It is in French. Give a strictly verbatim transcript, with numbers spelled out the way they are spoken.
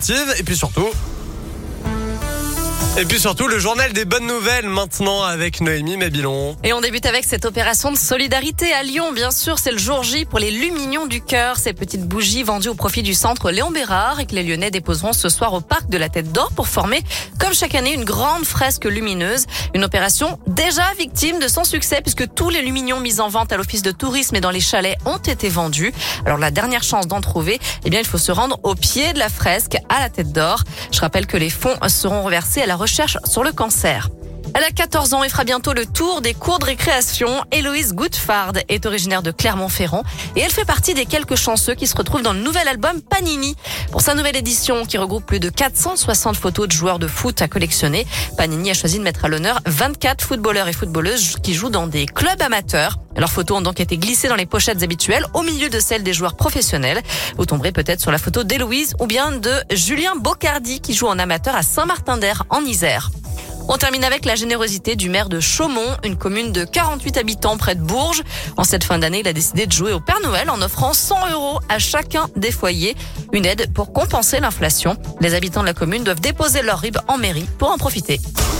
sportive. Et puis surtout... Et puis surtout, le journal des bonnes nouvelles maintenant avec Noémie Mabilon. Et on débute avec cette opération de solidarité à Lyon. Bien sûr, c'est le jour J pour les Lumignons du Cœur. Ces petites bougies vendues au profit du centre Léon Bérard et que les Lyonnais déposeront ce soir au parc de la Tête d'Or pour former, comme chaque année, une grande fresque lumineuse. Une opération déjà victime de son succès puisque tous les Lumignons mis en vente à l'office de tourisme et dans les chalets ont été vendus. Alors la dernière chance d'en trouver, eh bien il faut se rendre au pied de la fresque à la Tête d'Or. Je rappelle que les fonds seront reversés à la recherche sur le cancer. Elle a quatorze ans et fera bientôt le tour des cours de récréation. Héloïse Goutfard est originaire de Clermont-Ferrand et elle fait partie des quelques chanceux qui se retrouvent dans le nouvel album Panini. Pour sa nouvelle édition qui regroupe plus de quatre cent soixante photos de joueurs de foot à collectionner, Panini a choisi de mettre à l'honneur vingt-quatre footballeurs et footballeuses qui jouent dans des clubs amateurs. Leurs photos ont donc été glissées dans les pochettes habituelles au milieu de celles des joueurs professionnels. Vous tomberez peut-être sur la photo d'Héloïse ou bien de Julien Bocardi qui joue en amateur à Saint-Martin-d'Air en Isère. On termine avec la générosité du maire de Chaumont, une commune de quarante-huit habitants près de Bourges. En cette fin d'année, il a décidé de jouer au Père Noël en offrant cent euros à chacun des foyers. Une aide pour compenser l'inflation. Les habitants de la commune doivent déposer leur R I B en mairie pour en profiter.